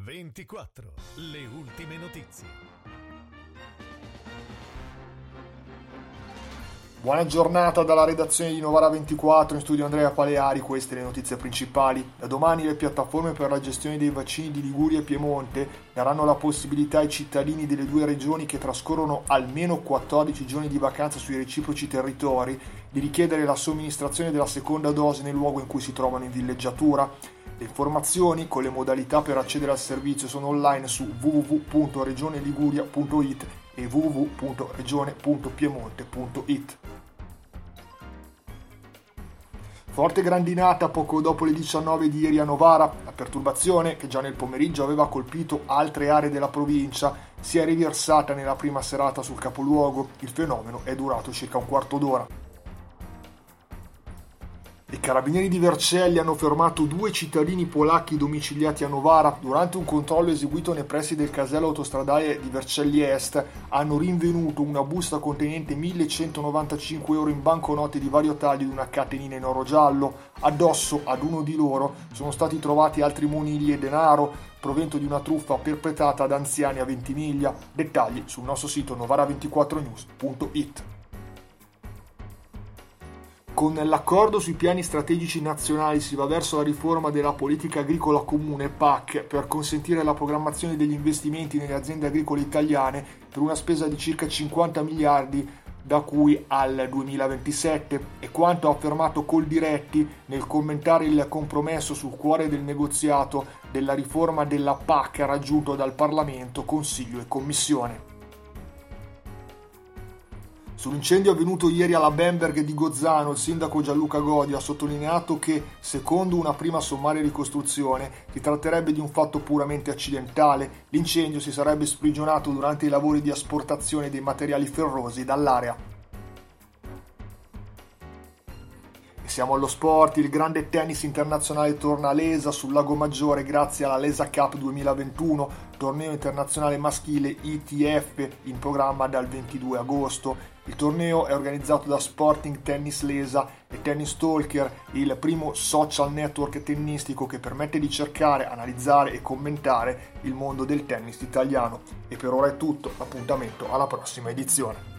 24. Le ultime notizie. Buona giornata dalla redazione di Novara 24, in studio Andrea Paleari. Queste le notizie principali. Da domani le piattaforme per la gestione dei vaccini di Liguria e Piemonte daranno la possibilità ai cittadini delle due regioni che trascorrono almeno 14 giorni di vacanza sui reciproci territori di richiedere la somministrazione della seconda dose nel luogo in cui si trovano in villeggiatura. Le informazioni con le modalità per accedere al servizio sono online su www.regioneliguria.it e www.regione.piemonte.it. Forte grandinata poco dopo le 19 di ieri a Novara. La perturbazione, che già nel pomeriggio aveva colpito altre aree della provincia, si è riversata nella prima serata sul capoluogo. Il fenomeno è durato circa un quarto d'ora. I carabinieri di Vercelli hanno fermato 2 cittadini polacchi domiciliati a Novara. Durante un controllo eseguito nei pressi del casello autostradale di Vercelli Est hanno rinvenuto una busta contenente 1.195 euro in banconote di vario taglio di una catenina in oro giallo. Addosso ad uno di loro sono stati trovati altri monili e denaro, provento di una truffa perpetrata ad anziani a Ventimiglia. Dettagli sul nostro sito novara24news.it. Con l'accordo sui piani strategici nazionali si va verso la riforma della politica agricola comune PAC per consentire la programmazione degli investimenti nelle aziende agricole italiane per una spesa di circa 50 miliardi da qui al 2027, e quanto ha affermato Coldiretti nel commentare il compromesso sul cuore del negoziato della riforma della PAC raggiunto dal Parlamento, Consiglio e Commissione. Sull'incendio avvenuto ieri alla Bamberg di Gozzano, il sindaco Gianluca Godi ha sottolineato che, secondo una prima sommaria ricostruzione, si tratterebbe di un fatto puramente accidentale. L'incendio si sarebbe sprigionato durante i lavori di asportazione dei materiali ferrosi dall'area. Siamo allo sport. Il grande tennis internazionale torna a Lesa sul Lago Maggiore grazie alla Lesa Cup 2021, torneo internazionale maschile ITF in programma dal 22 agosto. Il torneo è organizzato da Sporting Tennis Lesa e Tennis Talker, il primo social network tennistico che permette di cercare, analizzare e commentare il mondo del tennis italiano. E per ora è tutto, appuntamento alla prossima edizione.